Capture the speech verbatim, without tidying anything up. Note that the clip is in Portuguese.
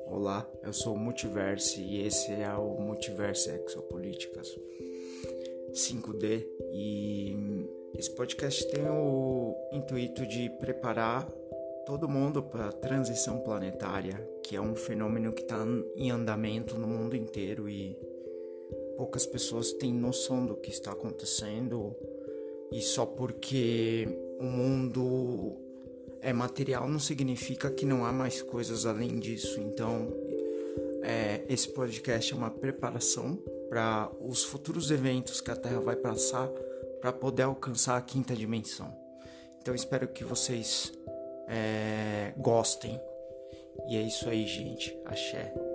Olá, eu sou o Multiverse e esse é o Multiverse Exopolíticas cinco D e esse podcast tem o intuito de preparar todo mundo para a transição planetária, que é um fenômeno que está em andamento no mundo inteiro e poucas pessoas têm noção do que está acontecendo, e só porque o mundo é material não significa que não há mais coisas além disso. Então, é, esse podcast é uma preparação para os futuros eventos que a Terra vai passar para poder alcançar a quinta dimensão. Então, espero que vocês é, gostem. E é isso aí, gente. Axé.